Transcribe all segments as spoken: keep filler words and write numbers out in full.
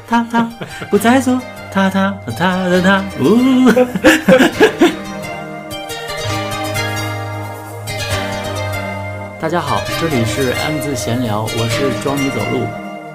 他他，不再做他他和他的他。呜大家好，这里是 M 字闲聊，我是装你走路。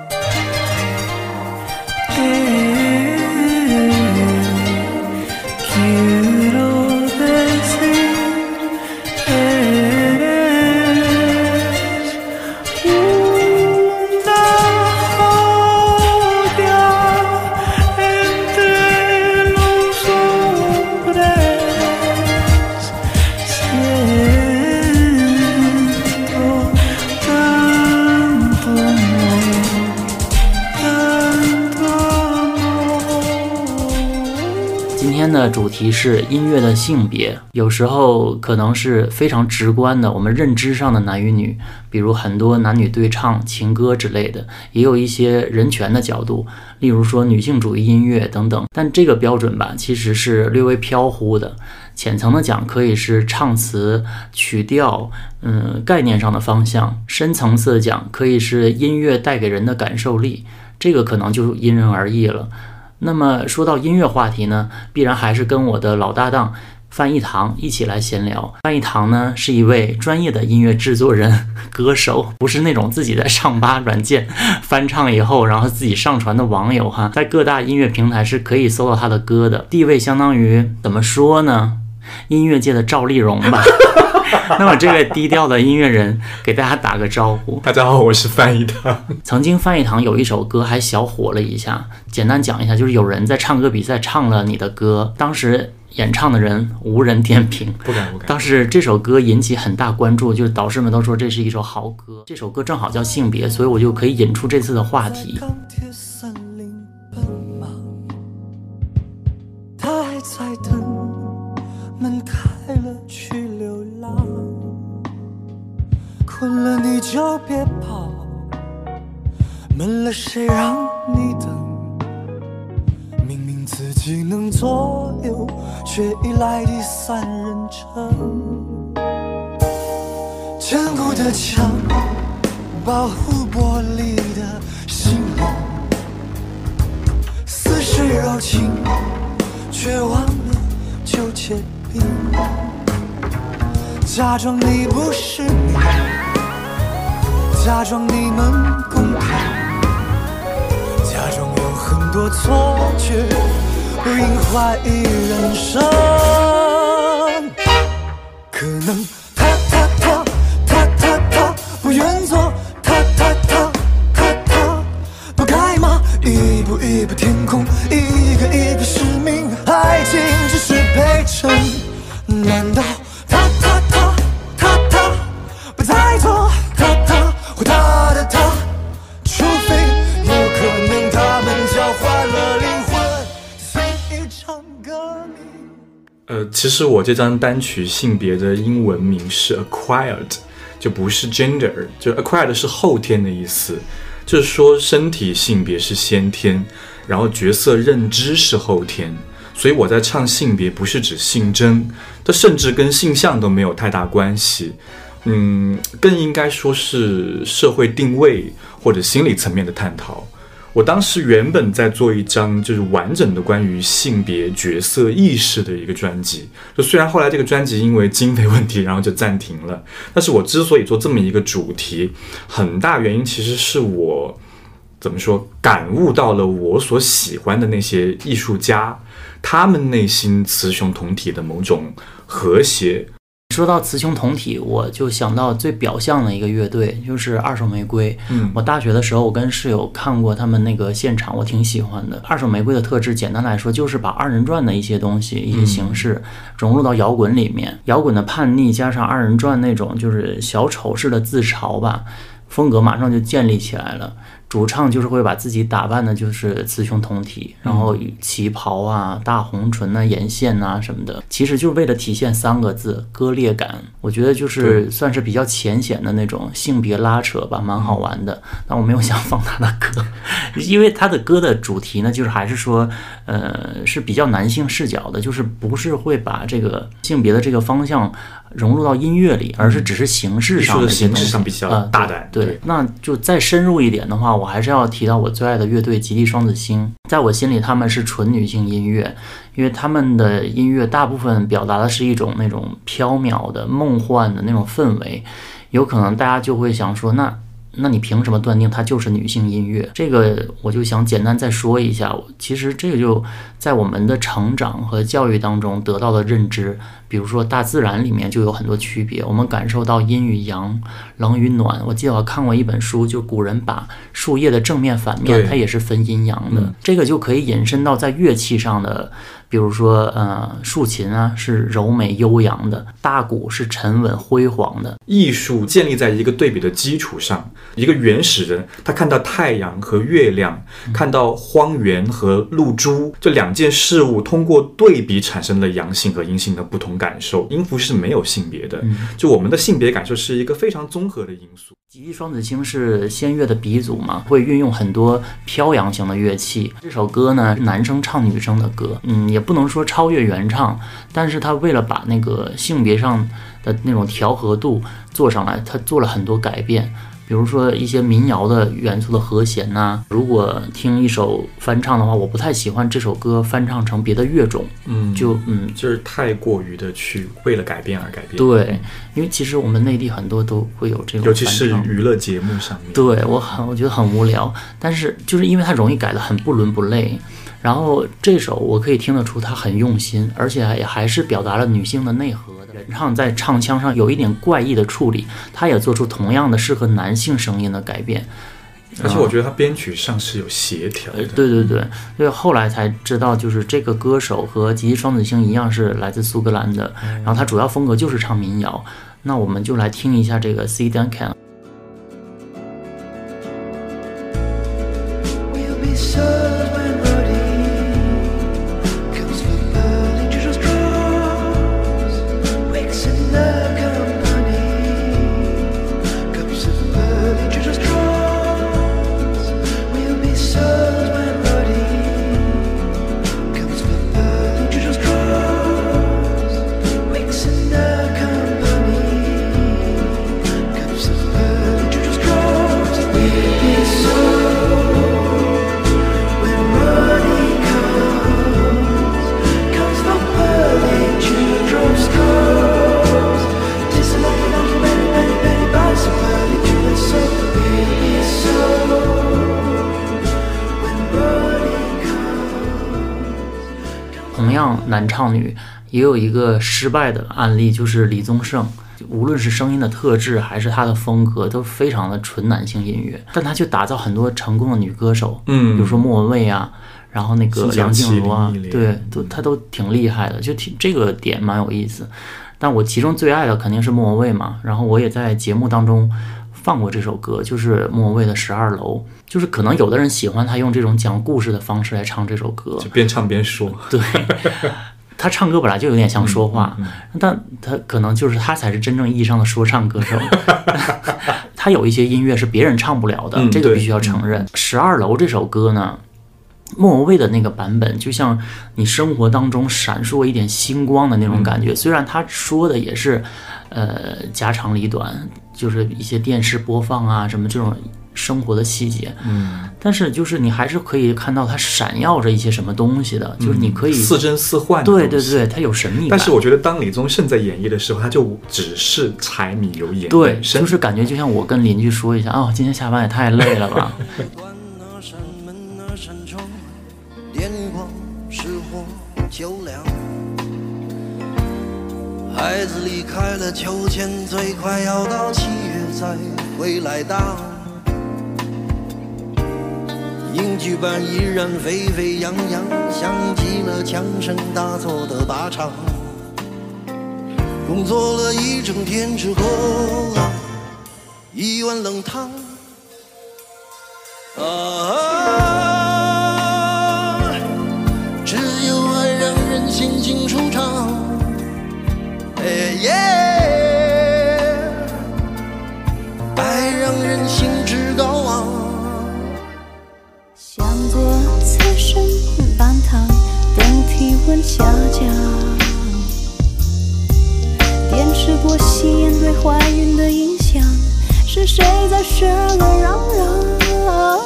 今天的主题是音乐的性别，有时候可能是非常直观的我们认知上的男与女，比如很多男女对唱、情歌之类的，也有一些人权的角度，例如说女性主义音乐等等。但这个标准吧，其实是略微飘忽的。浅层的讲可以是唱词、曲调、嗯概念上的方向；深层次的讲可以是音乐带给人的感受力，这个可能就因人而异了。那么说到音乐话题呢，必然还是跟我的老搭档范逸堂一起来闲聊。范逸堂呢是一位专业的音乐制作人、歌手，不是那种自己在上吧软件翻唱以后然后自己上传的网友哈，在各大音乐平台是可以搜到他的歌的，地位相当于怎么说呢？音乐界的赵丽蓉吧。那么这位低调的音乐人给大家打个招呼。 大家好，我是范逸堂。 曾经范逸堂有一首歌还小火了一下，简单讲一下，就是有人在唱歌比赛唱了你的歌，当时演唱的人无人点评， 不敢不敢。 当时这首歌引起很大关注，就是导师们都说这是一首好歌。这首歌正好叫性别，所以我就可以引出这次的话题。 他还在等，门开了去流浪，困了你就别跑，闷了谁让你等？明明自己能左右，却依赖第三人称。坚固的墙保护玻璃的心灵，似水柔情，却忘了就结冰。假装你不是你，假装你们公平，假装有很多错觉，不应怀疑人生。可能他他他他他他不愿做，他他他他他不该吗？一步一步天空，一个一个使命，爱情只是陪衬。难道他他他他他不再做他他或他的他？除非有可能他们交换了灵魂，随一场革命。 呃，其实我这张单曲性别的英文名是 acquired， 就不是 gender， 就 acquired 是后天的意思，就是说身体性别是先天，然后角色认知是后天。所以我在唱性别不是指性征，它甚至跟性向都没有太大关系，嗯，更应该说是社会定位或者心理层面的探讨。我当时原本在做一张就是完整的关于性别角色意识的一个专辑，就虽然后来这个专辑因为经费问题然后就暂停了，但是我之所以做这么一个主题，很大原因其实是我怎么说感悟到了我所喜欢的那些艺术家，他们内心雌雄同体的某种和谐。 说到雌雄同体，我就想到最表象的一个乐队，就是二手玫瑰。嗯，我大学的时候，我跟室友看过他们那个现场，我挺喜欢的。二手玫瑰的特质，简单来说，就是把二人转的一些东西、一些形式融入到摇滚里面。摇滚的叛逆加上二人转那种就是小丑式的自嘲吧，风格马上就建立起来了。主唱就是会把自己打扮的就是雌雄同体，然后旗袍啊、大红唇啊、眼线啊什么的，其实就是为了体现三个字：割裂感。我觉得就是算是比较浅显的那种性别拉扯吧，蛮好玩的。但我没有想放他的歌，因为他的歌的主题呢，就是还是说，呃，是比较男性视角的，就是不是会把这个性别的这个方向融入到音乐里，而是只是形式上的艺术的形式上比较大胆。 呃、对, 对，那就再深入一点的话，我还是要提到我最爱的乐队极地双子星。在我心里，他们是纯女性音乐，因为他们的音乐大部分表达的是一种那种飘渺的、梦幻的那种氛围。有可能大家就会想说，那那你凭什么断定它就是女性音乐？这个我就想简单再说一下。其实这个就在我们的成长和教育当中得到的认知，比如说大自然里面就有很多区别，我们感受到阴与阳、冷与暖。我记得我看过一本书，就古人把树叶的正面反面它也是分阴阳的、嗯、这个就可以引申到在乐器上的，比如说呃，竖琴啊是柔美悠扬的，大鼓是沉稳辉煌的。 艺术建立在一个对比的基础上，一个原始人他看到太阳和月亮、嗯、看到荒原和露珠，这两件事物通过对比产生了阳性和阴性的不同感受。音符是没有性别的、嗯、就我们的性别感受是一个非常综合的因素。 极地双子星是仙乐的鼻祖嘛，会运用很多飘扬型的乐器。这首歌呢，男生唱女生的歌，嗯，也不能说超越原唱，但是他为了把那个性别上的那种调和度做上来，他做了很多改变。比如说一些民谣的元素的和弦呐、啊，如果听一首翻唱的话，我不太喜欢这首歌翻唱成别的乐种， 嗯， 就嗯， 就是太过于的去为了改变而改变。 对，因为其实我们内地很多都会有这种翻唱， 尤其是娱乐节目上面。 对，我很我觉得很无聊，但是就是因为它容易改得很不伦不类。然后这首我可以听得出他很用心，而且也还是表达了女性的内核的。原唱在唱腔上有一点怪异的处理，他也做出同样的适合男性声音的改变。 而且我觉得他编曲上是有协调的、 嗯、对对对，所以后来才知道，就是这个歌手和极地双子星一样是来自苏格兰的，然后他主要风格就是唱民谣。那我们就来听一下这个 C Duncan。同样男唱女也有一个失败的案例，就是李宗盛，无论是声音的特质还是他的风格都非常的纯男性音乐，但他却打造很多成功的女歌手，嗯，比如说莫文蔚啊，然后那个梁静茹啊，对，都他都挺厉害的，就挺这个点蛮有意思。但我其中最爱的肯定是莫文蔚嘛，然后我也在节目当中放过这首歌，就是莫文蔚的《十二楼》。就是可能有的人喜欢他用这种讲故事的方式来唱这首歌， 就边唱边说。 对，他唱歌本来就有点像说话，嗯嗯、但他可能就是他才是真正意义上的说唱歌手。他有一些音乐是别人唱不了的，嗯、这个必须要承认。《十二楼》这首歌呢，莫文蔚的那个版本就像你生活当中闪烁一点星光的那种感觉，嗯、虽然他说的也是呃家长里短，就是一些电视播放啊什么这种生活的细节，嗯，但是就是你还是可以看到它闪耀着一些什么东西的，嗯、就是你可以似真似幻的， 对对对，它有神秘感。 但是我觉得当李宗盛在演绎的时候，他就只是柴米油盐， 对，就是感觉就像我跟邻居说一下，哦，今天下班也太累了吧。 电光石火秋凉，孩子离开了秋千，最快要到七月才会来到。影剧版依然沸沸扬扬，响起了枪声大作的靶场。工作了一整天之后，一碗冷汤啊，只有爱让人心情舒畅。哎耶，爱让人兴致高昂。 想做此生半糖，等体温下降。电视播是个嚷嚷，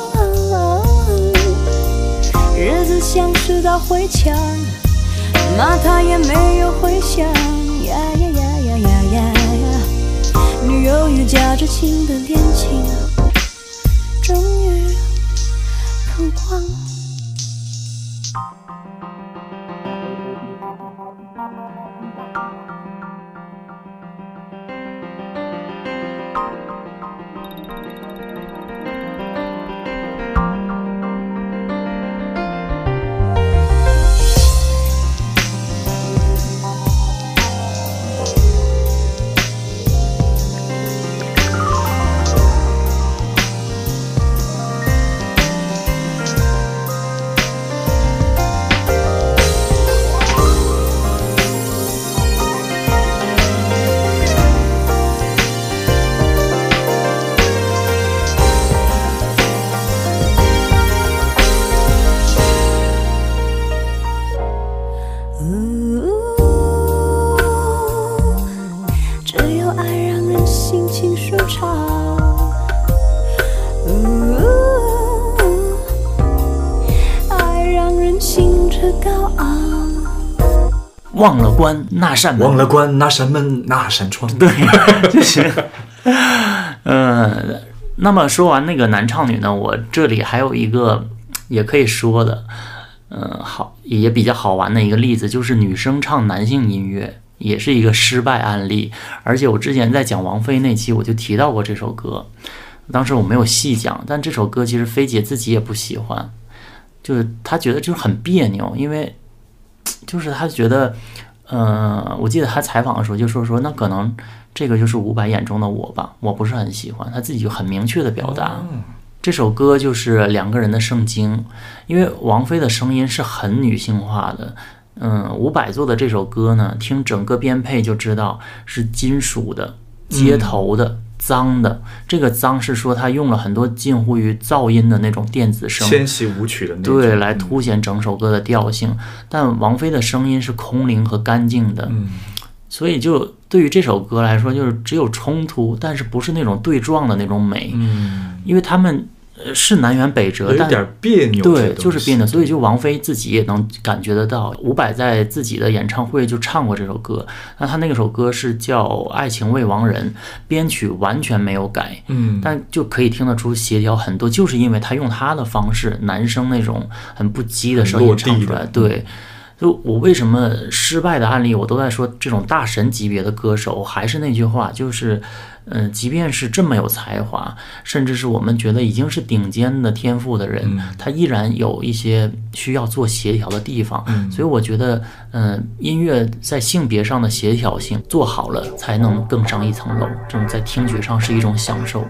日子像是道灰墙，骂他也没有回响。呀呀呀呀呀呀呀！女友也夹着情的恋情，终于曝光。 忘了关那扇门， 忘了关那扇门，那扇窗。 对，就是，呃，那么说完那个男唱女呢，我这里还有一个也可以说的，呃，好也比较好玩的一个例子，就是女生唱男性音乐也是一个失败案例。而且我之前在讲王菲那期我就提到过这首歌，当时我没有细讲，但这首歌其实菲姐自己也不喜欢，就是她觉得就是很别扭，因为就是她觉得，呃，我记得她采访的时候就说说，那可能这个就是伍佰眼中的我吧，我不是很喜欢，她自己就很明确的表达。哦，这首歌就是两个人的圣经，因为王菲的声音是很女性化的。嗯，伍佰做的这首歌呢，听整个编配就知道是金属的、街头的、嗯、脏的。这个脏是说他用了很多近乎于噪音的那种电子声， 纤细舞曲的那种， 对，来凸显整首歌的调性。嗯、但王菲的声音是空灵和干净的， 嗯， 所以就对于这首歌来说，就是只有冲突，但是不是那种对撞的那种美， 嗯， 因为他们。是南辕北辙， 有点别扭， 对，就是别扭。所以就王菲自己也能感觉得到，伍佰在自己的演唱会就唱过这首歌。那他那个首歌是叫《爱情未亡人》，编曲完全没有改， 嗯， 但就可以听得出协调很多，就是因为他用他的方式，男生那种很不羁的声音唱出来，对。就我为什么失败的案例我都在说这种大神级别的歌手，还是那句话，就是嗯、呃，即便是这么有才华，甚至是我们觉得已经是顶尖的天赋的人， 嗯、 他依然有一些需要做协调的地方。 嗯、 所以我觉得嗯、呃，音乐在性别上的协调性做好了，才能更上一层楼，这种在听觉上是一种享受。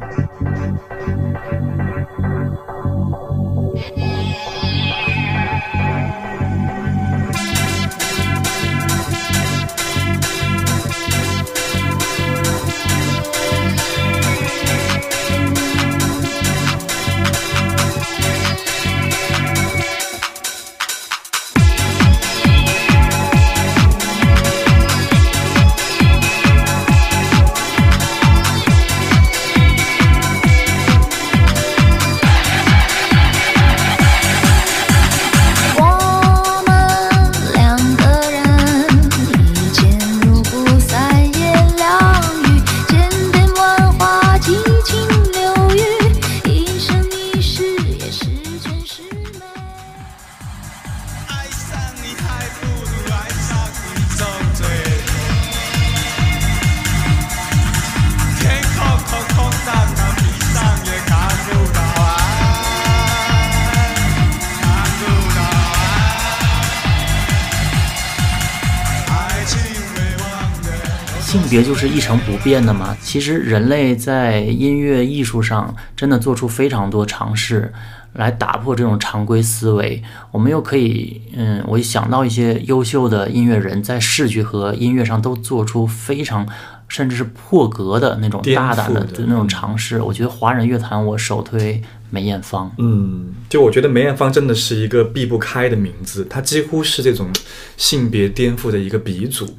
性别就是一成不变的嘛。其实人类在音乐艺术上真的做出非常多尝试来打破这种常规思维。我们又可以嗯，我想到一些优秀的音乐人在视觉和音乐上都做出非常甚至是破格的那种大胆的那种尝试。我觉得华人乐坛我首推梅艳芳。 嗯，就我觉得梅艳芳真的是一个避不开的名字，她几乎是这种性别颠覆的一个鼻祖。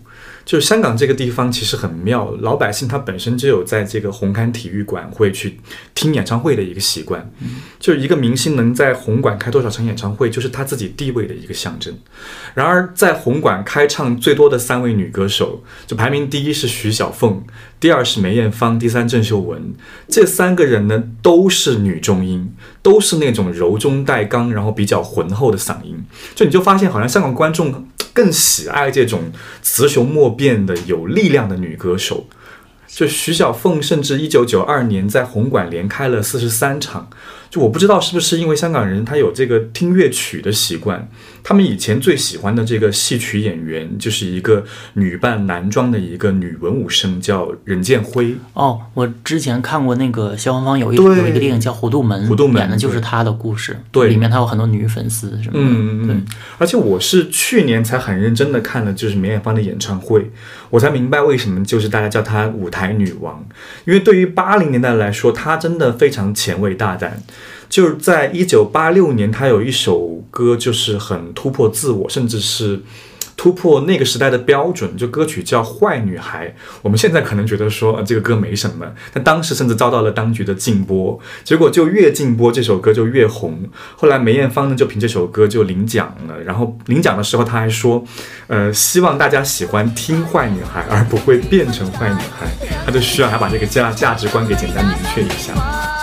就是香港这个地方其实很妙，老百姓他本身就有在这个红磡体育馆会去听演唱会的一个习惯，就是一个明星能在红馆开多少场演唱会，就是他自己地位的一个象征。然而在红馆开唱最多的三位女歌手，就排名第一是徐小凤，第二是梅艳芳，第三郑秀文。这三个人呢都是女中音，都是那种柔中带刚，然后比较浑厚的嗓音。就你就发现好像香港观众更喜爱这种雌雄莫辨的有力量的女歌手。就徐小凤甚至一九九二年在红馆连开了四十三场，就我不知道是不是因为香港人他有这个听乐曲的习惯，他们以前最喜欢的这个戏曲演员就是一个女扮男装的一个女文武生，叫任剑辉。 哦，我之前看过那个萧芳芳有一有一个电影叫《虎度门》， 虎度门演的就是她的故事， 对， 里面她有很多女粉丝什么的。 嗯对。 而且我是去年才很认真的看了就是梅艳芳的演唱会，我才明白为什么就是大家叫她舞台女王，因为对于八零年代来说，她真的非常前卫大胆。就是在一九八六年，她有一首歌就是很突破自我，甚至是突破那个时代的标准，就歌曲叫《坏女孩》。我们现在可能觉得说、呃、这个歌没什么，但当时甚至遭到了当局的禁播，结果就越禁播这首歌就越红。后来梅艳芳呢就凭这首歌就领奖了，然后领奖的时候她还说呃，希望大家喜欢听坏女孩而不会变成坏女孩，她就需要还把这个价价值观给简单明确一下。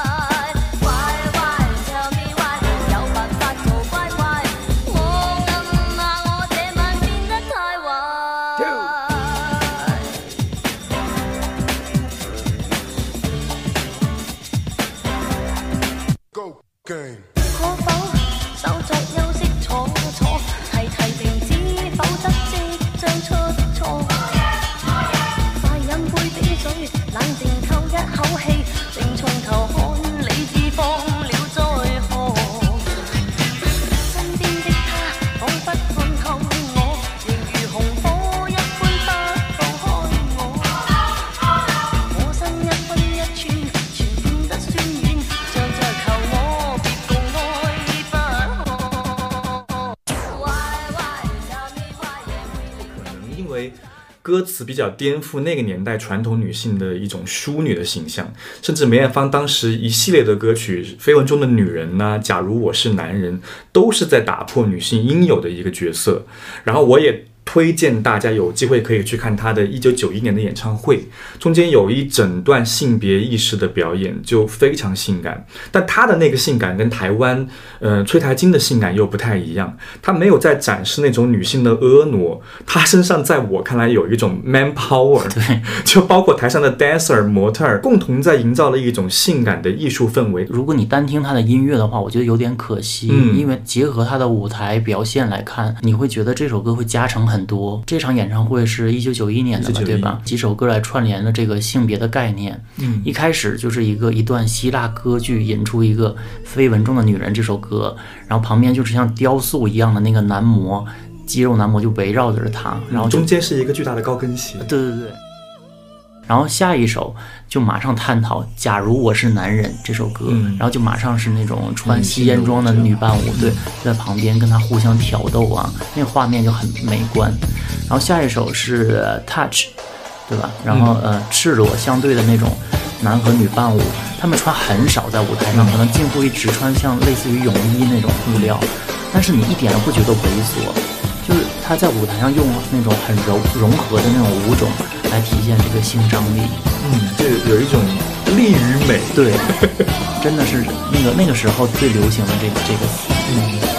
歌词比较颠覆那个年代传统女性的一种淑女的形象，甚至梅艳芳当时一系列的歌曲《绯闻中的女人》啊，假如我是男人，都是在打破女性应有的一个角色。然后我也推荐大家有机会可以去看她的一九九一年的演唱会，中间有一整段性别意识的表演，就非常性感。但她的那个性感跟台湾呃崔台金的性感又不太一样，她没有在展示那种女性的婀娜，她身上在我看来有一种 man power， 对， 就包括台上的 dancer 模特儿共同在营造了一种性感的艺术氛围。 如果你单听她的音乐的话，我觉得有点可惜、嗯、因为结合她的舞台表现来看，你会觉得这首歌会加成很多。这场演唱会是一九九一年的嘛，对吧？几首歌来串联了这个性别的概念。嗯，一开始就是一个一段希腊歌剧引出一个绯闻中的女人这首歌，然后旁边就是像雕塑一样的那个男模，肌肉男模就围绕着他，然后中间是一个巨大的高跟鞋。 对对对。然后下一首就马上探讨假如我是男人这首歌、嗯、然后就马上是那种穿西烟装的女伴舞、嗯、对，在旁边跟他互相挑逗啊，那个画面就很美观。然后下一首是 Touch， 对吧？然后、嗯、呃赤裸相对的那种男和女伴舞，他们穿很少在舞台上、嗯、可能近乎于只穿像类似于泳衣那种布料、嗯、但是你一点都不觉得猥琐，就是他在舞台上用那种很柔融合的那种舞种来体现这个性张力， 嗯，就有一种力与美， 对，真的是那个那个时候最流行的这个这个词，嗯。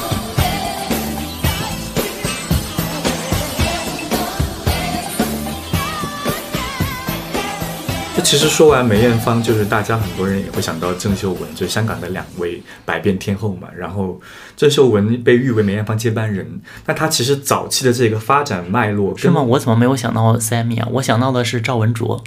其实说完梅艳芳，就是大家很多人也会想到郑秀文，就是香港的两位百变天后嘛。然后郑秀文被誉为梅艳芳接班人，那她其实早期的这个发展脉络是吗？我怎么没有想到 Sammy 啊？我想到的是赵文卓。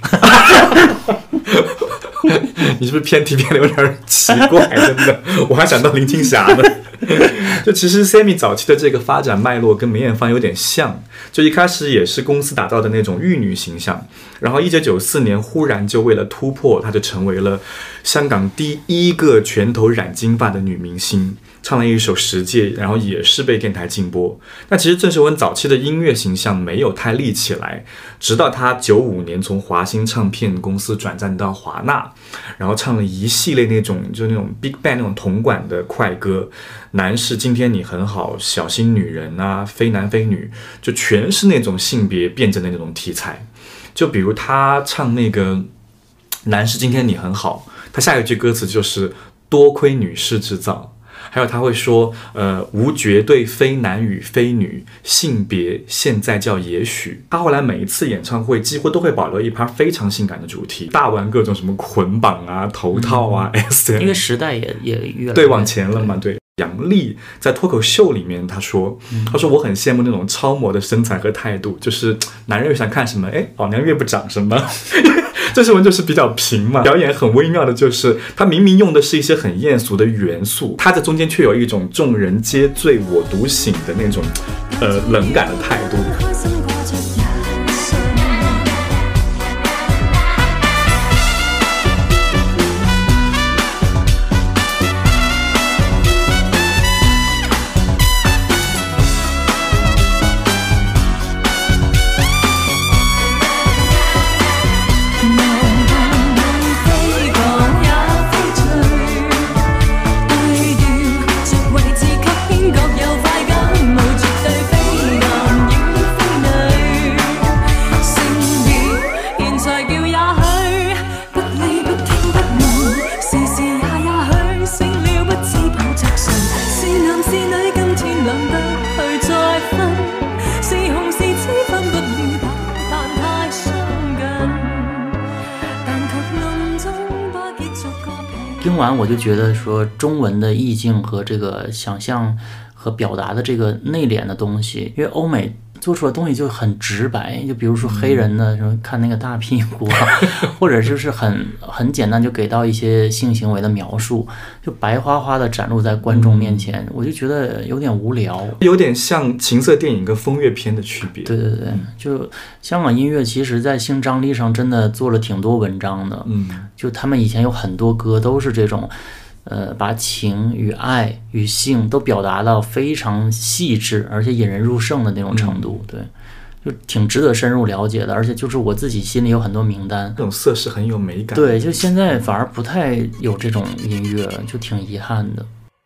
你是不是偏题偏的有点奇怪？真的，我还想到林青霞呢。就其实 Sammy 早期的这个发展脉络跟梅艳芳有点像，就一开始也是公司打造的那种玉女形象，然后一九九四年忽然就为了突破，她就成为了香港第一个全头染金发的女明星。 唱了一首《十戒》，然后也是被电台禁播。那其实郑秀文早期的音乐形象没有太立起来，直到她九五年从华星唱片公司转战到华纳，然后唱了一系列那种就那种 Big Bang 那种铜管的快歌，男士今天你很好，小心女人啊，非男非女，就全是那种性别辩证的那种题材。就比如他唱那个男士今天你很好，他下一句歌词就是多亏女士制造。还有他会说呃，无绝对非男与非女，性别现在叫也许。他后来每一次演唱会几乎都会保留一趴非常性感的主题，大玩各种什么捆绑啊、头套啊、嗯、S M， 因为时代也也越来越对往前了嘛。对，杨笠在脱口秀里面他说、嗯、他说我很羡慕那种超模的身材和态度，就是男人越想看什么，哎，老娘越不长什么。郑秀文就是比较平嘛，表演很微妙的，就是他明明用的是一些很艳俗的元素，他在中间却有一种众人皆醉我独醒的那种呃冷感的态度。 听完我就觉得说中文的意境和这个想象和表达的这个内敛的东西，因为欧美做出的东西就很直白，就比如说黑人的什么看那个大屁股啊，或者就是很很简单就给到一些性行为的描述，就白花花的展露在观众面前，我就觉得有点无聊， 有点像情色电影跟风月片的区别。 对对对，就香港音乐其实在性张力上真的做了挺多文章的，嗯，就他们以前有很多歌都是这种呃，把情与爱与性都表达到非常细致而且引人入胜的那种程度，对，就挺值得深入了解的。而且就是我自己心里有很多名单， 这种色是很有美感， 对，就现在反而不太有这种音乐了，就挺遗憾的。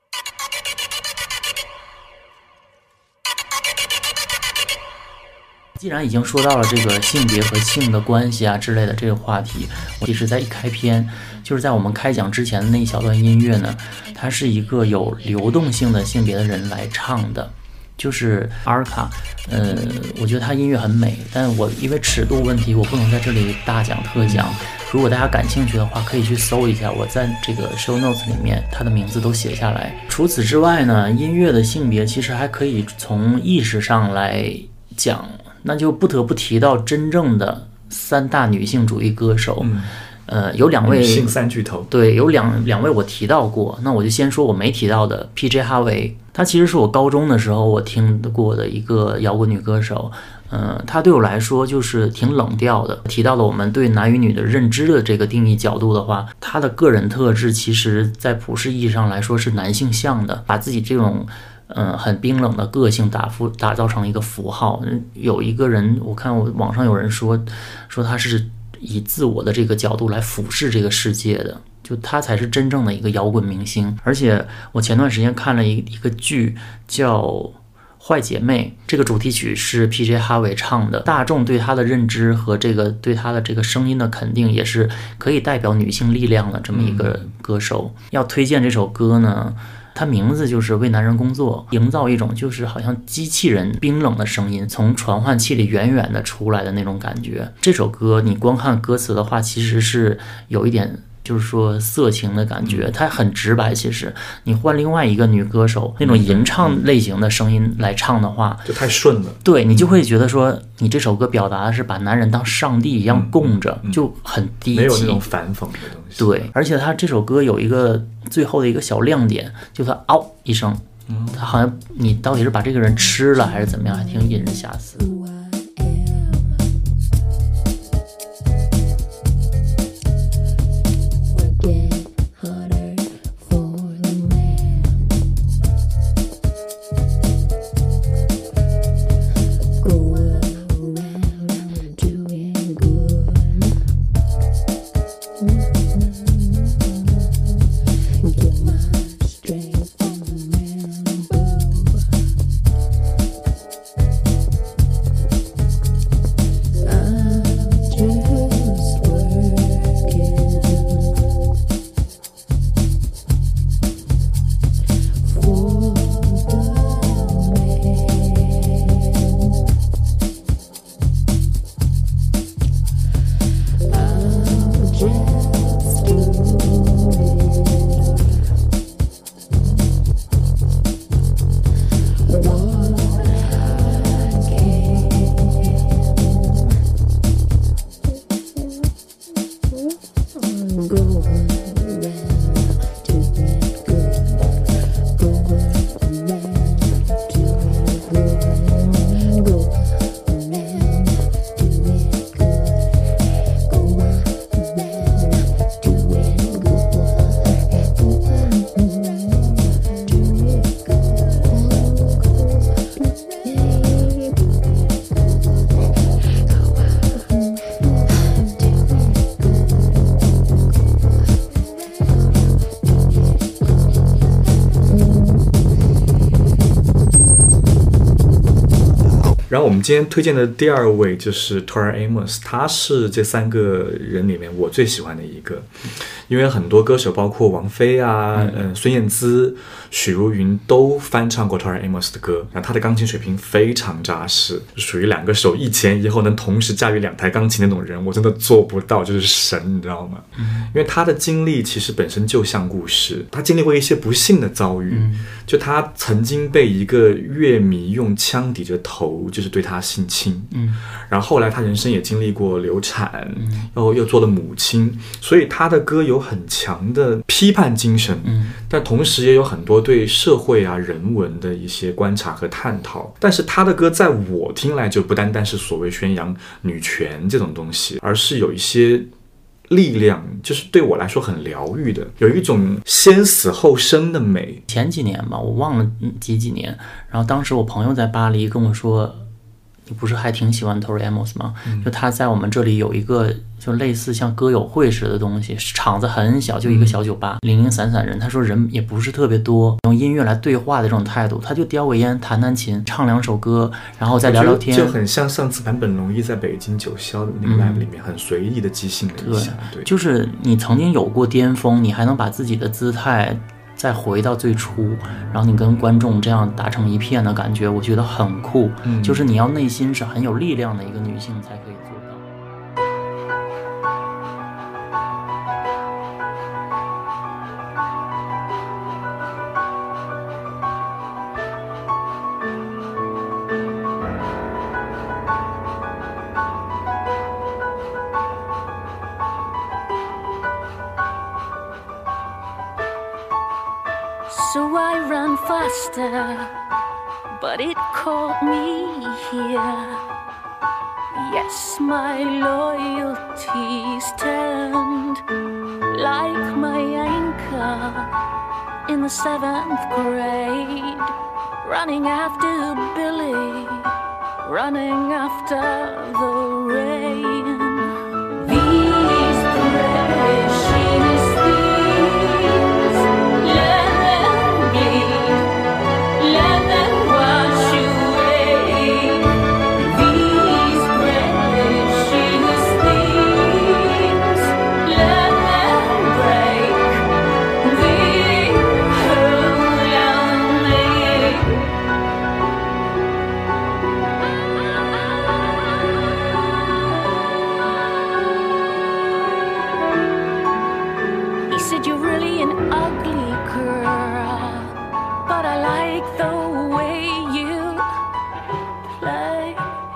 既然已经说到了这个性别和性的关系啊之类的这个话题，我其实在一开篇就是在我们开讲之前的那一小段音乐呢，它是一个有流动性的性别的人来唱的，就是阿尔卡。呃，我觉得他音乐很美，但我因为尺度问题，我不能在这里大讲特讲。如果大家感兴趣的话，可以去搜一下，我在这个 show notes 里面他的名字都写下来。除此之外呢，音乐的性别其实还可以从意识上来讲，那就不得不提到真正的三大女性主义歌手。嗯，呃，有两位女性三巨头， 对，有两两位我提到过，那我就先说我没提到的 P J 哈维，她其实是我高中的时候我听过的一个摇滚女歌手，呃，她对我来说就是挺冷调的。提到了我们对男与女的认知的这个定义角度的话，她的个人特质其实在普世意义上来说是男性向的，把自己这种嗯，很冰冷的个性打符打造成一个符号。有一个人，我看我网上有人说说他是以自我的这个角度来俯视这个世界的，就他才是真正的一个摇滚明星。而且我前段时间看了一一个剧叫《坏姐妹》，这个主题曲是 P J 哈维唱的。大众对他的认知和这个对他的这个声音的肯定，也是可以代表女性力量的这么一个歌手。嗯、要推荐这首歌呢，它名字就是为男人工作，营造一种就是好像机器人冰冷的声音从传唤器里远远的出来的那种感觉。这首歌你光看歌词的话，其实是有一点就是说色情的感觉，它很直白。其实你换另外一个女歌手那种吟唱类型的声音来唱的话， 就太顺了。 对，你就会觉得说你这首歌表达的是把男人当上帝一样供着，嗯嗯嗯、就很低级， 没有那种反讽的东西。 对，而且他这首歌有一个最后的一个小亮点，就是他嗷一声，他好像你到底是把这个人吃了还是怎么样，还挺引人遐思。 然后我们今天推荐的第二位就是 Tori Amos， 他是这三个人里面我最喜欢的一个，因为很多歌手包括王菲啊、嗯呃、孙燕姿、许茹芸都翻唱过 Tori Amos 的歌，然后他的钢琴水平非常扎实，属于两个手一前一后能同时驾驭两台钢琴那种人，我真的做不到，就是神，你知道吗？嗯、因为他的经历其实本身就像故事，他经历过一些不幸的遭遇，嗯、就他曾经被一个乐迷用枪抵着头，就是对他性侵，嗯，然后后来他人生也经历过流产，嗯，又又做了母亲，所以他的歌有很强的批判精神，嗯，但同时也有很多对社会啊人文的一些观察和探讨。但是他的歌在我听来就不单单是所谓宣扬女权这种东西，而是有一些力量，就是对我来说很疗愈的，有一种先死后生的美。 前几年吧，我忘了几几年，然后当时我朋友在巴黎跟我说，你不是还挺喜欢 Tori Amos 吗？嗯、就他在我们这里有一个就类似像歌友会似的东西，场子很小，就一个小酒吧，嗯、零零散散人。他说人也不是特别多，用音乐来对话的这种态度，他就叼个烟，弹弹琴，唱两首歌，然后再聊聊天， 就很像上次坂本龙一在北京九霄的那个 live 里面，嗯、很随意的即兴了一下。对， 就是你曾经有过巅峰，你还能把自己的姿态再回到最初，然后你跟观众这样打成一片的感觉，我觉得很酷。嗯、就是你要内心是很有力量的一个女性才可以做到。 So I ran faster, but it caught me here. Yes, my loyalties turned like my anchor in the seventh grade. Running after Billy, running after the rain. These precious things, let them bleed, let them wash away. These precious things, let them break the whole lonely. He said you're really an ugly girl, but I like the way you play,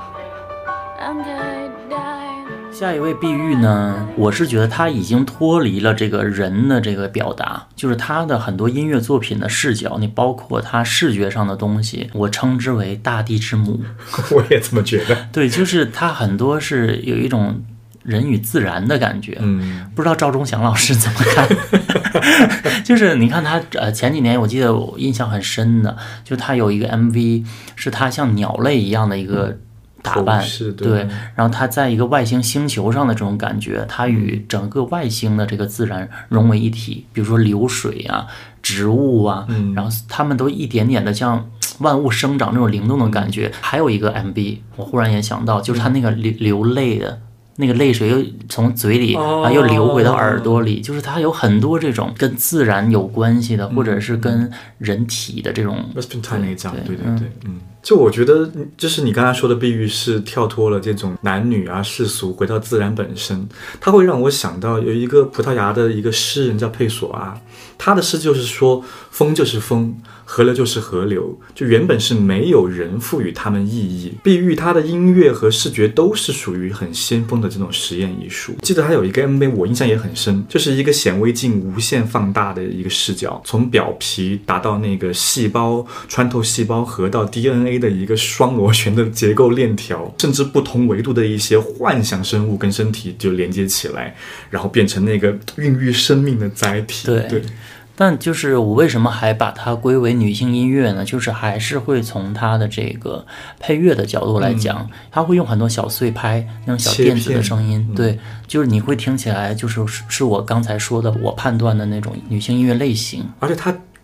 and I died. 下一位碧玉呢，我是觉得他已经脱离了这个人的这个表达，就是他的很多音乐作品的视角，你包括他视觉上的东西，我称之为大地之母。 我也这么觉得。 对，就是他很多是有一种人与自然的感觉。嗯，不知道赵忠祥老师怎么看？就是你看他呃前几年我记得我印象很深的，就他有一个 M V 是他像鸟类一样的一个打扮， 对, 对，然后他在一个外星星球上的这种感觉，他与整个外星的这个自然融为一体，比如说流水啊、植物啊，嗯、然后他们都一点点的像万物生长那种灵动的感觉。还有一个 M V 我忽然也想到，就是他那个流流泪的那个泪水又从嘴里啊又流回到耳朵里，就是它有很多这种跟自然有关系的，或者是跟人体的这种。 Respentine 那张，对对对，嗯，就我觉得就是你刚才说的碧玉是跳脱了这种男女啊世俗，回到自然本身，它会让我想到有一个葡萄牙的一个诗人叫佩索阿，他的诗就是说风就是风，河流就是河流，就原本是没有人赋予他们意义。碧玉他的音乐和视觉都是属于很先锋的这种实验艺术。记得他有一个 M V 我印象也很深，就是一个显微镜无限放大的一个视角，从表皮达到那个细胞，穿透细胞核到 D N A 的一个双螺旋的结构链条，甚至不同维度的一些幻想生物跟身体就连接起来，然后变成那个孕育生命的载体。 对， 对， 但就是我为什么还把它归为女性音乐呢？就是还是会从它的这个配乐的角度来讲，嗯、它会用很多小碎拍那种小电子的声音，对，就是你会听起来就是是我刚才说的我判断的那种女性音乐类型， 而且它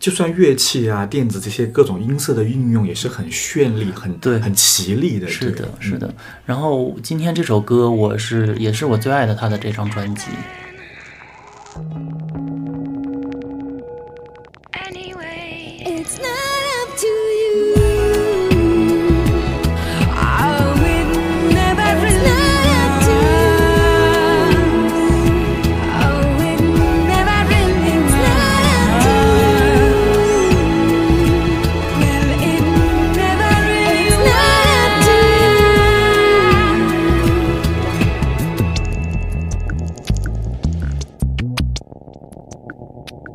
就算乐器啊、电子这些各种音色的运用也是很绚丽、很对很奇丽的。 是的，是的。然后今天这首歌我是也是我最爱的他的这张专辑。 It's not up to you. I will never It's not up to you. I will never It's not up to you. Will it never It's not up to you.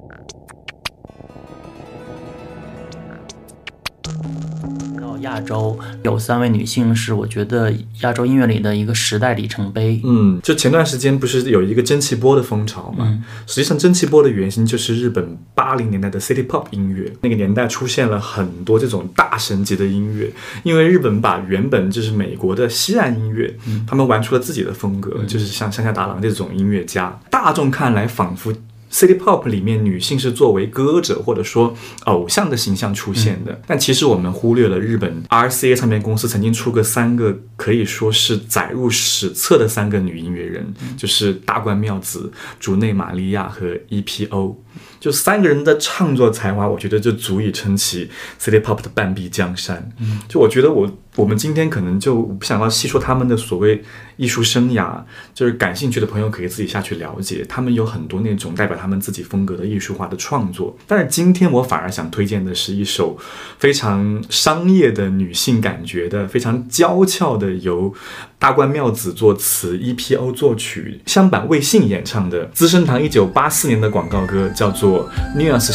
到亚洲有三位女性是我觉得亚洲音乐里的一个时代里程碑。 嗯，就前段时间不是有一个蒸汽波的风潮嘛？嗯、实际上蒸汽波的原型就是日本八零年代的 City Pop 音乐，那个年代出现了很多这种大神级的音乐，因为日本把原本就是美国的西岸音乐，嗯、他们玩出了自己的风格，嗯、就是像山下达郎这种音乐家，大众看来仿佛City Pop 里面女性是作为歌者或者说偶像的形象出现的，嗯、但其实我们忽略了日本 R C A 唱片公司曾经出过三个可以说是载入史册的三个女音乐人，嗯、就是大关妙子、竹内玛利亚和 E P O。就三个人的唱作才华，我觉得就足以撑起 City Pop 的半壁江山。嗯、就我觉得我我们今天可能就不想要细说他们的所谓艺术生涯，就是感兴趣的朋友可以自己下去了解，他们有很多那种代表他们自己风格的艺术化的创作。但是今天我反而想推荐的是一首非常商业的女性感觉的非常娇俏的，由大关妙子作词 E P O 作曲香坂卫信演唱的资生堂一九八四年的广告歌，叫做 Nuance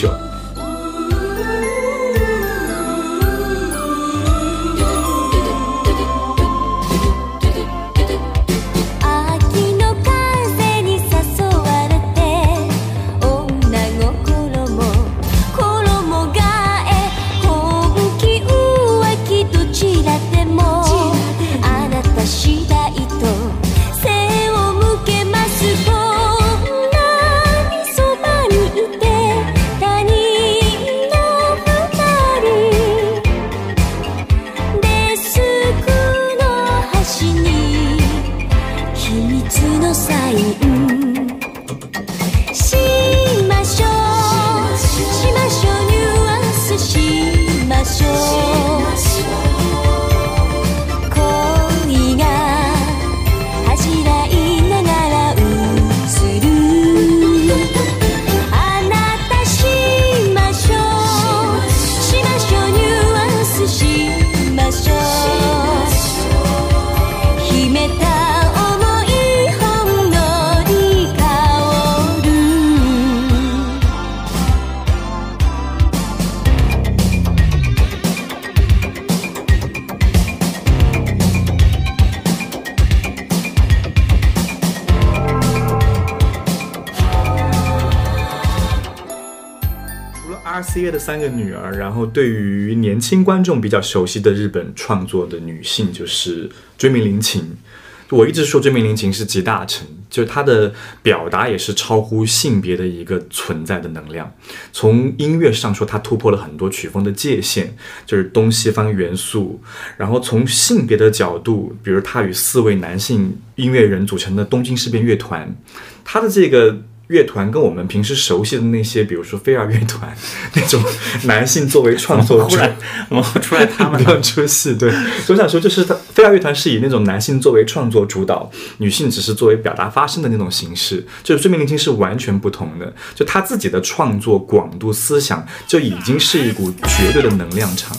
Shimasho。R C A 的三个女儿，然后对于年轻观众比较熟悉的日本创作的女性就是追名林檎。我一直说追名林檎是集大成，就是她的表达也是超乎性别的一个存在的能量。从音乐上说，她突破了很多曲风的界限，就是东西方元素。然后从性别的角度，比如她与四位男性音乐人组成的东京事变乐团，她的这个乐团跟我们平时熟悉的那些，比如说飞儿乐团那种男性作为创作者， 怎么出来他们比较出戏？对，我想说就是飞儿乐团是以那种男性作为创作主导，女性只是作为表达发声的那种形式，就是追名林檎是完全不同的。就他自己的创作广度、思想就已经是一股绝对的能量场。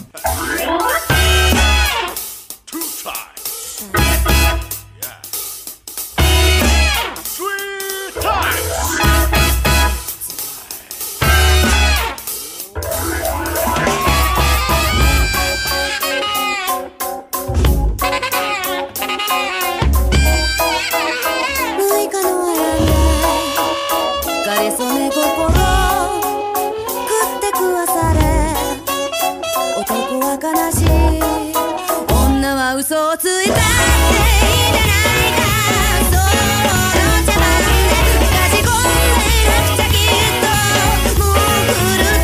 嘘をついたっていいじゃないか、そうの茶番でかしこんでいなくちゃきっともう来る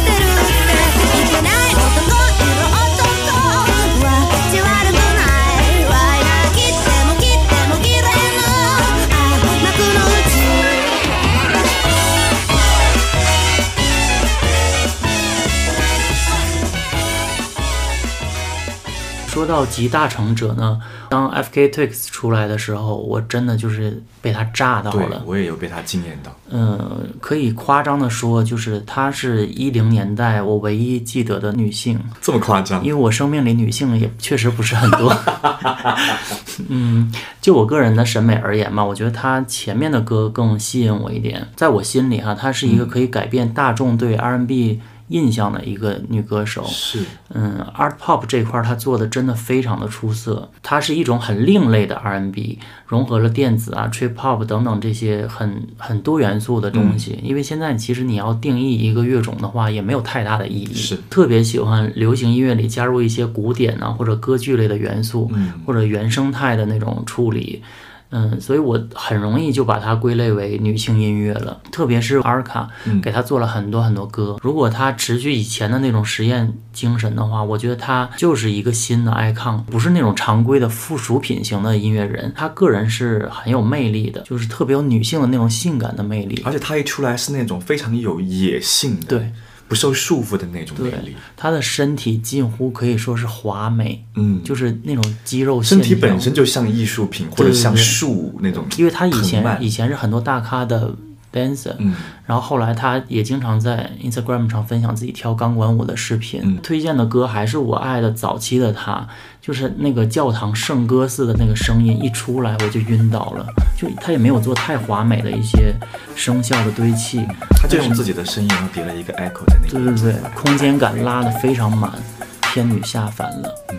说到集大成者呢，当 F K Twigs 出来的时候，我真的就是被他炸到了。 对，我也有被他惊艳到。 嗯，可以夸张的说，就是她是一零年代我唯一记得的女性。 这么夸张？ 因为我生命里女性也确实不是很多。嗯，就我个人的审美而言嘛，我觉得她前面的歌更吸引我一点。在我心里哈，她是一个可以改变大众对 R and B印象的一个女歌手。 是， 嗯 ，Art Pop 这块她做的真的非常的出色。它是一种很另类的 R and B， 融合了电子啊、Trip Hop 等等这些很很多元素的东西。嗯、因为现在其实你要定义一个乐种的话，也没有太大的意义。 是， 特别喜欢流行音乐里加入一些古典啊或者歌剧类的元素， 嗯、 或者原生态的那种处理。嗯，所以我很容易就把它归类为女性音乐了，特别是阿尔卡，给她做了很多很多歌。如果她持续以前的那种实验精神的话，我觉得她就是一个新的 icon， 不是那种常规的附属品型的音乐人。她个人是很有魅力的，就是特别有女性的那种性感的魅力， 而且她一出来是那种非常有野性的， 对。 不受束缚的那种魅力， 她的身体近乎可以说是华美， 嗯， 就是那种肌肉线条， 身体本身就像艺术品或者像树那种， 因为她以前以前是很多大咖的 dancer， 嗯， 然后后来她也经常在 Instagram 上分享自己跳钢管舞的视频， 嗯、 推荐的歌还是我爱的早期的她，就是那个教堂圣歌似的那个声音一出来我就晕倒了，就她也没有做太华美的一些声效的堆砌， 她就用自己的声音然后叠了一个 echo 在那个， 对对对，空间感拉得非常满，天女下凡了。嗯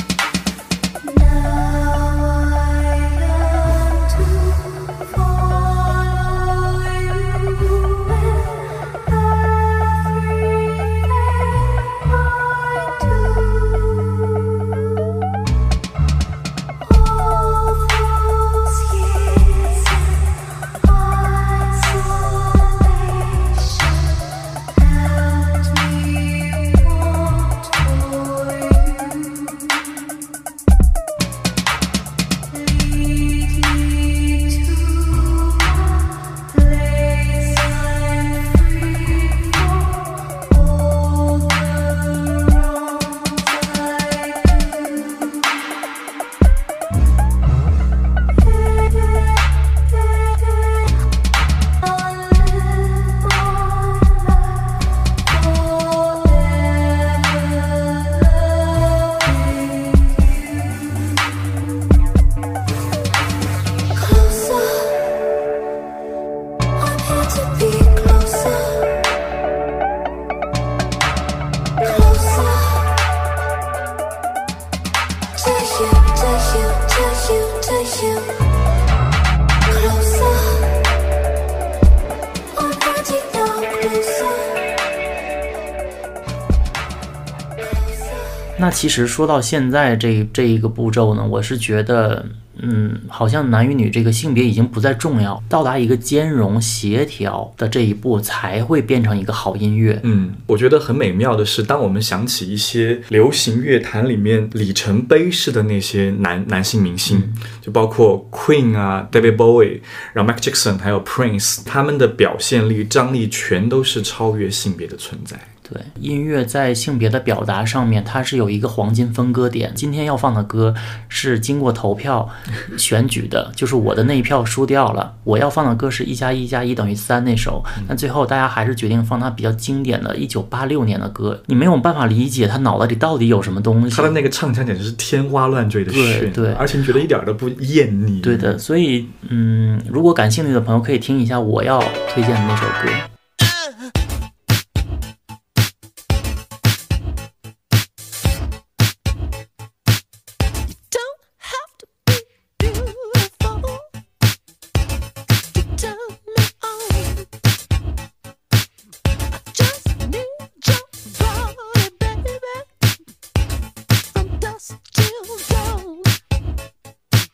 那其实说到现在这这一个步骤呢，我是觉得嗯，好像男与女这个性别已经不再重要，到达一个兼容协调的这一步才会变成一个好音乐。 嗯，我觉得很美妙的是，当我们想起一些流行乐坛里面里程碑式的那些男男性明星、嗯、就包括 Queen 啊 David Bowie， 然后 Michael Jackson 还有 Prince， 他们的表现力张力全都是超越性别的存在。 对，音乐在性别的表达上面它是有一个黄金分割点，今天要放的歌是经过投票选举的，就是我的那一票输掉了，我要放的歌是一加一加一等于三那首，但最后大家还是决定放它比较经典的一九八六年的歌，你没有办法理解他脑袋里到底有什么东西， 他的那个唱腔简直是天花乱坠的炫， 对对， 而且你觉得一点都不厌腻。 对的，所以嗯，如果感兴趣的朋友可以听一下我要推荐的那首歌。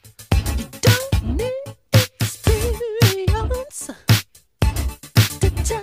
Tell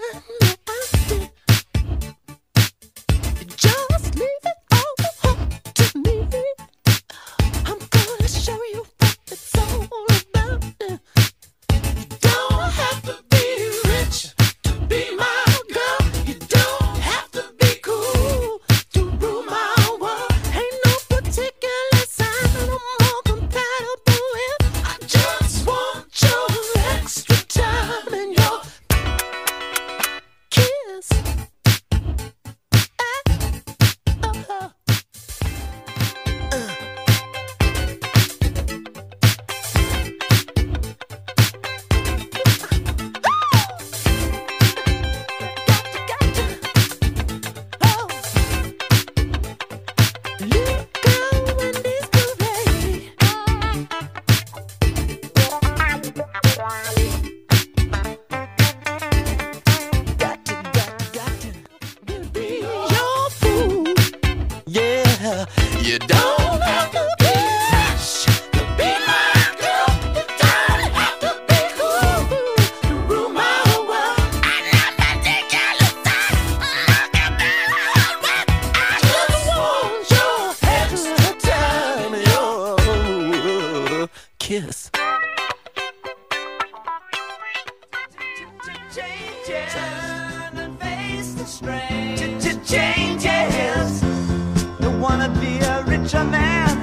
gonna be a richer man.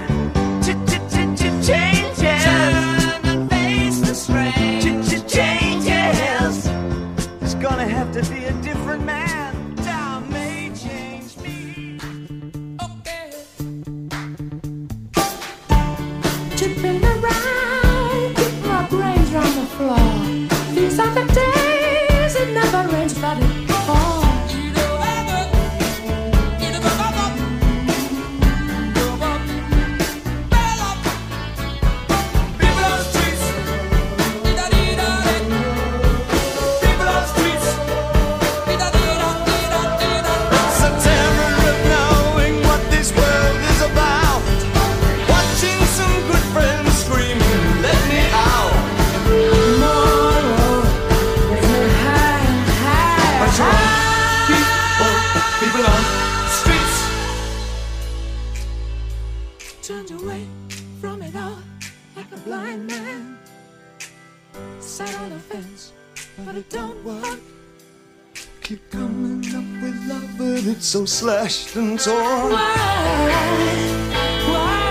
Changes. Turn and face the strain. Changes. It's gonna have to be a different man. Time may change me. Okay. Tipping around, keep my brains on the floor. These are the days it never rains, but it falls. Turned away from it all like a blind man. Sat on the fence, but it don't work. Keep coming up with love, but it's so slashed and torn. Why? Why?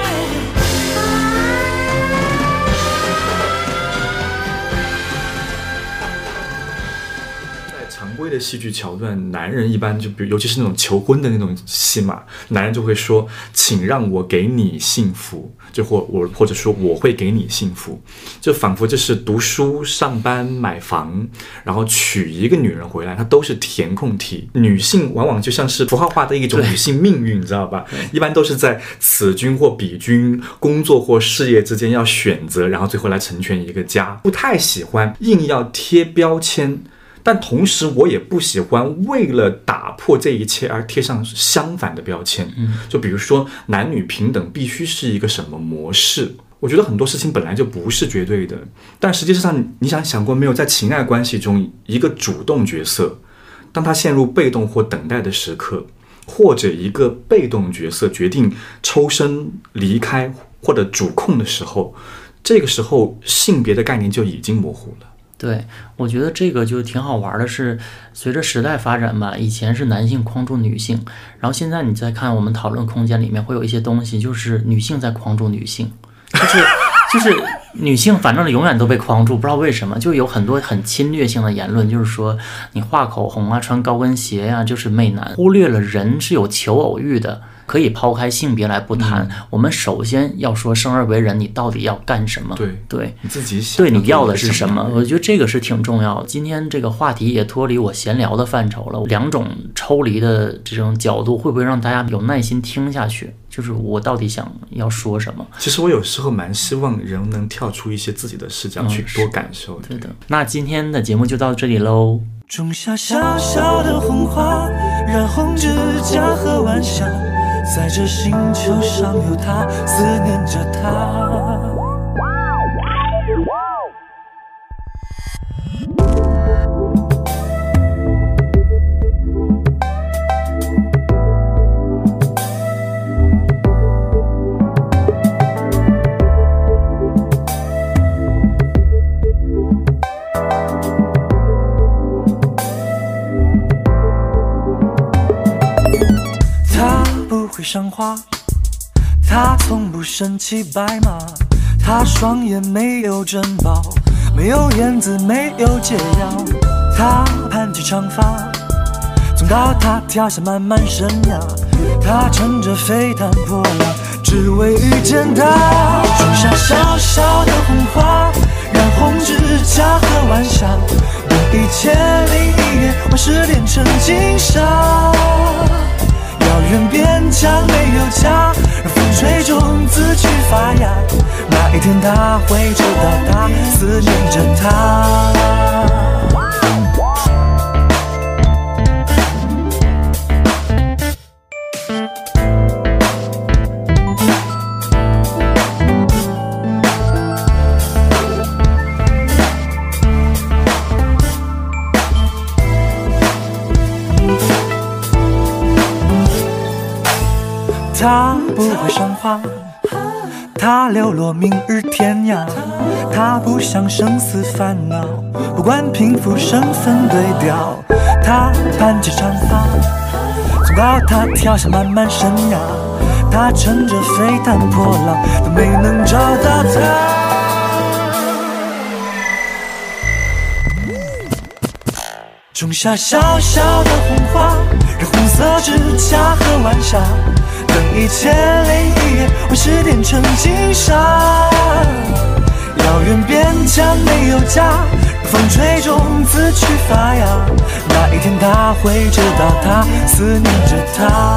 常规的戏剧桥段，男人一般就比如，尤其是那种求婚的那种戏码，男人就会说：“请让我给你幸福。”就或我或者说我会给你幸福，就仿佛就是读书、上班、买房，然后娶一个女人回来，它都是填空题。女性往往就像是符号化的一种女性命运，你知道吧？一般都是在此君或彼君、工作或事业之间要选择，然后最后来成全一个家。不太喜欢硬要贴标签。但同时我也不喜欢为了打破这一切而贴上相反的标签，嗯，就比如说男女平等必须是一个什么模式，我觉得很多事情本来就不是绝对的。但实际上你想想过没有，在情爱关系中，一个主动角色当他陷入被动或等待的时刻，或者一个被动角色决定抽身离开或者主控的时候，这个时候性别的概念就已经模糊了。 对，我觉得这个就挺好玩的是，随着时代发展吧，以前是男性框住女性，然后现在你再看我们讨论空间里面会有一些东西，就是女性在框住女性，就是就是女性反正永远都被框住，不知道为什么，就有很多很侵略性的言论，就是说你画口红啊，穿高跟鞋呀、啊，就是媚男，忽略了人是有求偶欲的。可以抛开性别来不谈、嗯、我们首先要说生而为人你到底要干什么， 对对， 你自己想对你要的是什么，我觉得这个是挺重要的。今天这个话题也脱离我闲聊的范畴了，两种抽离的这种角度会不会让大家有耐心听下去，就是我到底想要说什么。 其实我有时候蛮希望人能跳出一些自己的视角去多感受、 嗯、对的。那今天的节目就到这里喽。 种下小小的红花，染红指甲和晚霞，在这星球上有他，思念着他。会赏花，他从不身骑白马，他双眼没有珍宝，没有燕子，没有解药。他盘起长发，从高塔跳下漫漫生涯，他乘着飞弹破浪，只为遇见他。种下小小的红花，染红指甲和晚霞，把一千零一夜万事炼成金沙。遥远边疆没有家，让风吹种子去发芽，那一天他会知道他思念着他。他不会赏花，他流落明日天涯，他不想生死烦恼，不管贫富身份对调。他盘起长发，从高塔跳下漫漫生涯， 他乘着飞弹破浪，都没能找到他。种下小小的红花，染红色指甲和晚霞，等一千零一夜，为十点成金沙。遥远边疆没有家，风吹种子去发芽，那一天他会知道，他思念着他。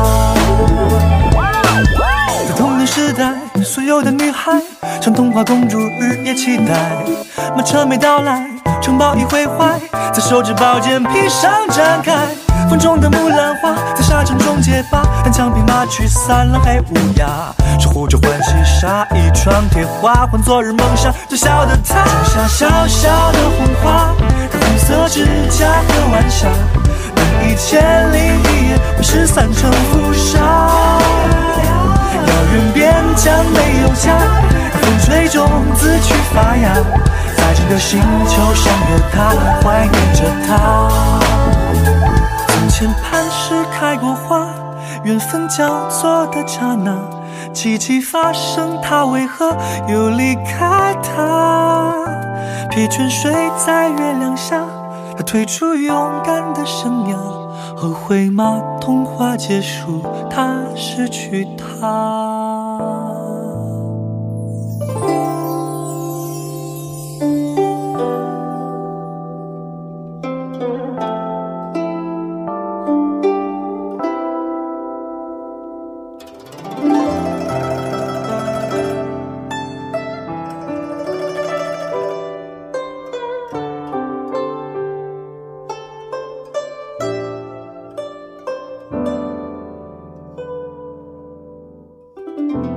在童年时代，所有的女孩像童话公主日夜期待，马车没到来，城堡已毁坏，在手指宝剑披上展开。风中的木兰花在沙尘中结疤，单枪匹马驱散了黑乌鸦，守护着欢喜纱，一窗铁花换昨日梦想着笑的他。种下小小的红花，让红色指甲和晚霞，等一千零一夜，为十三城覆沙。遥远边疆没有家，让风吹种子去发芽，在整个星球上有他，怀念着他。从前磐石开过花，缘分交错的刹那，奇迹发生，他为何又离开他？疲倦睡在月亮下，他退出勇敢的生涯，后悔吗？童话结束，他失去他。 thank you